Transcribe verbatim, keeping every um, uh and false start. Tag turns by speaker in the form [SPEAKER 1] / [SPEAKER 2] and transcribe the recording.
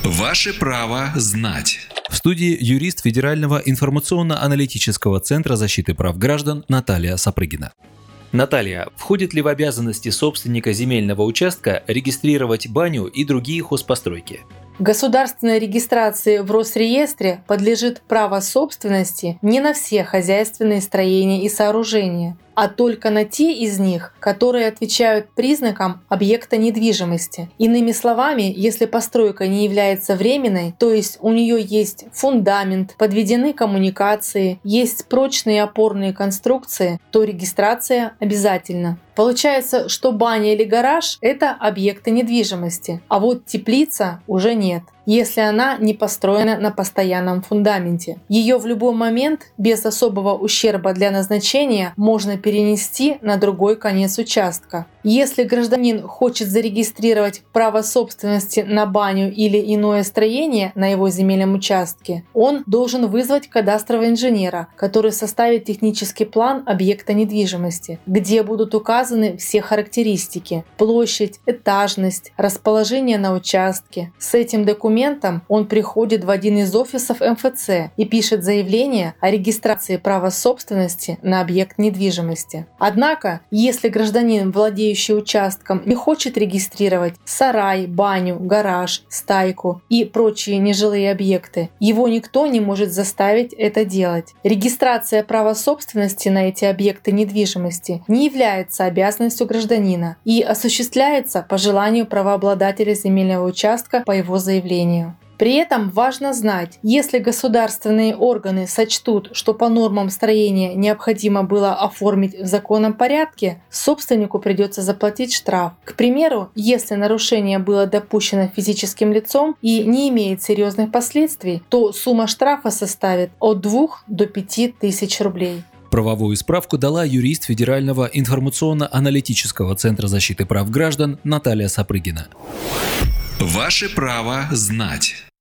[SPEAKER 1] Ваше право знать.
[SPEAKER 2] В студии юрист Федерального информационно-аналитического центра защиты прав граждан Наталья Сапрыгина. Наталья, входит ли в обязанности собственника земельного участка регистрировать баню и другие хозпостройки?
[SPEAKER 3] Государственной регистрации в Росреестре подлежит право собственности не на все хозяйственные строения и сооружения, а только на те из них, которые отвечают признакам объекта недвижимости. Иными словами, если постройка не является временной, то есть у нее есть фундамент, подведены коммуникации, есть прочные опорные конструкции, то регистрация обязательна. Получается, что баня или гараж – это объекты недвижимости, а вот теплица уже нет, если она не построена на постоянном фундаменте. Ее в любой момент без особого ущерба для назначения можно перенести на другой конец участка. Если гражданин хочет зарегистрировать право собственности на баню или иное строение на его земельном участке, он должен вызвать кадастрового инженера, который составит технический план объекта недвижимости, где будут указаны все характеристики – площадь, этажность, расположение на участке. С этим документом он приходит в один из офисов эм эф цэ и пишет заявление о регистрации права собственности на объект недвижимости. Однако, если гражданин, владеющий участком, не хочет регистрировать сарай, баню, гараж, стайку и прочие нежилые объекты, его никто не может заставить это делать. Регистрация права собственности на эти объекты недвижимости не является обязанностью гражданина и осуществляется по желанию правообладателя земельного участка по его заявлению. При этом важно знать, если государственные органы сочтут, что по нормам строения необходимо было оформить в законном порядке, собственнику придется заплатить штраф. К примеру, если нарушение было допущено физическим лицом и не имеет серьезных последствий, то сумма штрафа составит от двух до пяти тысяч рублей.
[SPEAKER 2] Правовую справку дала юрист Федерального информационно-аналитического центра защиты прав граждан Наталья Сапрыгина.
[SPEAKER 1] Ваше право знать.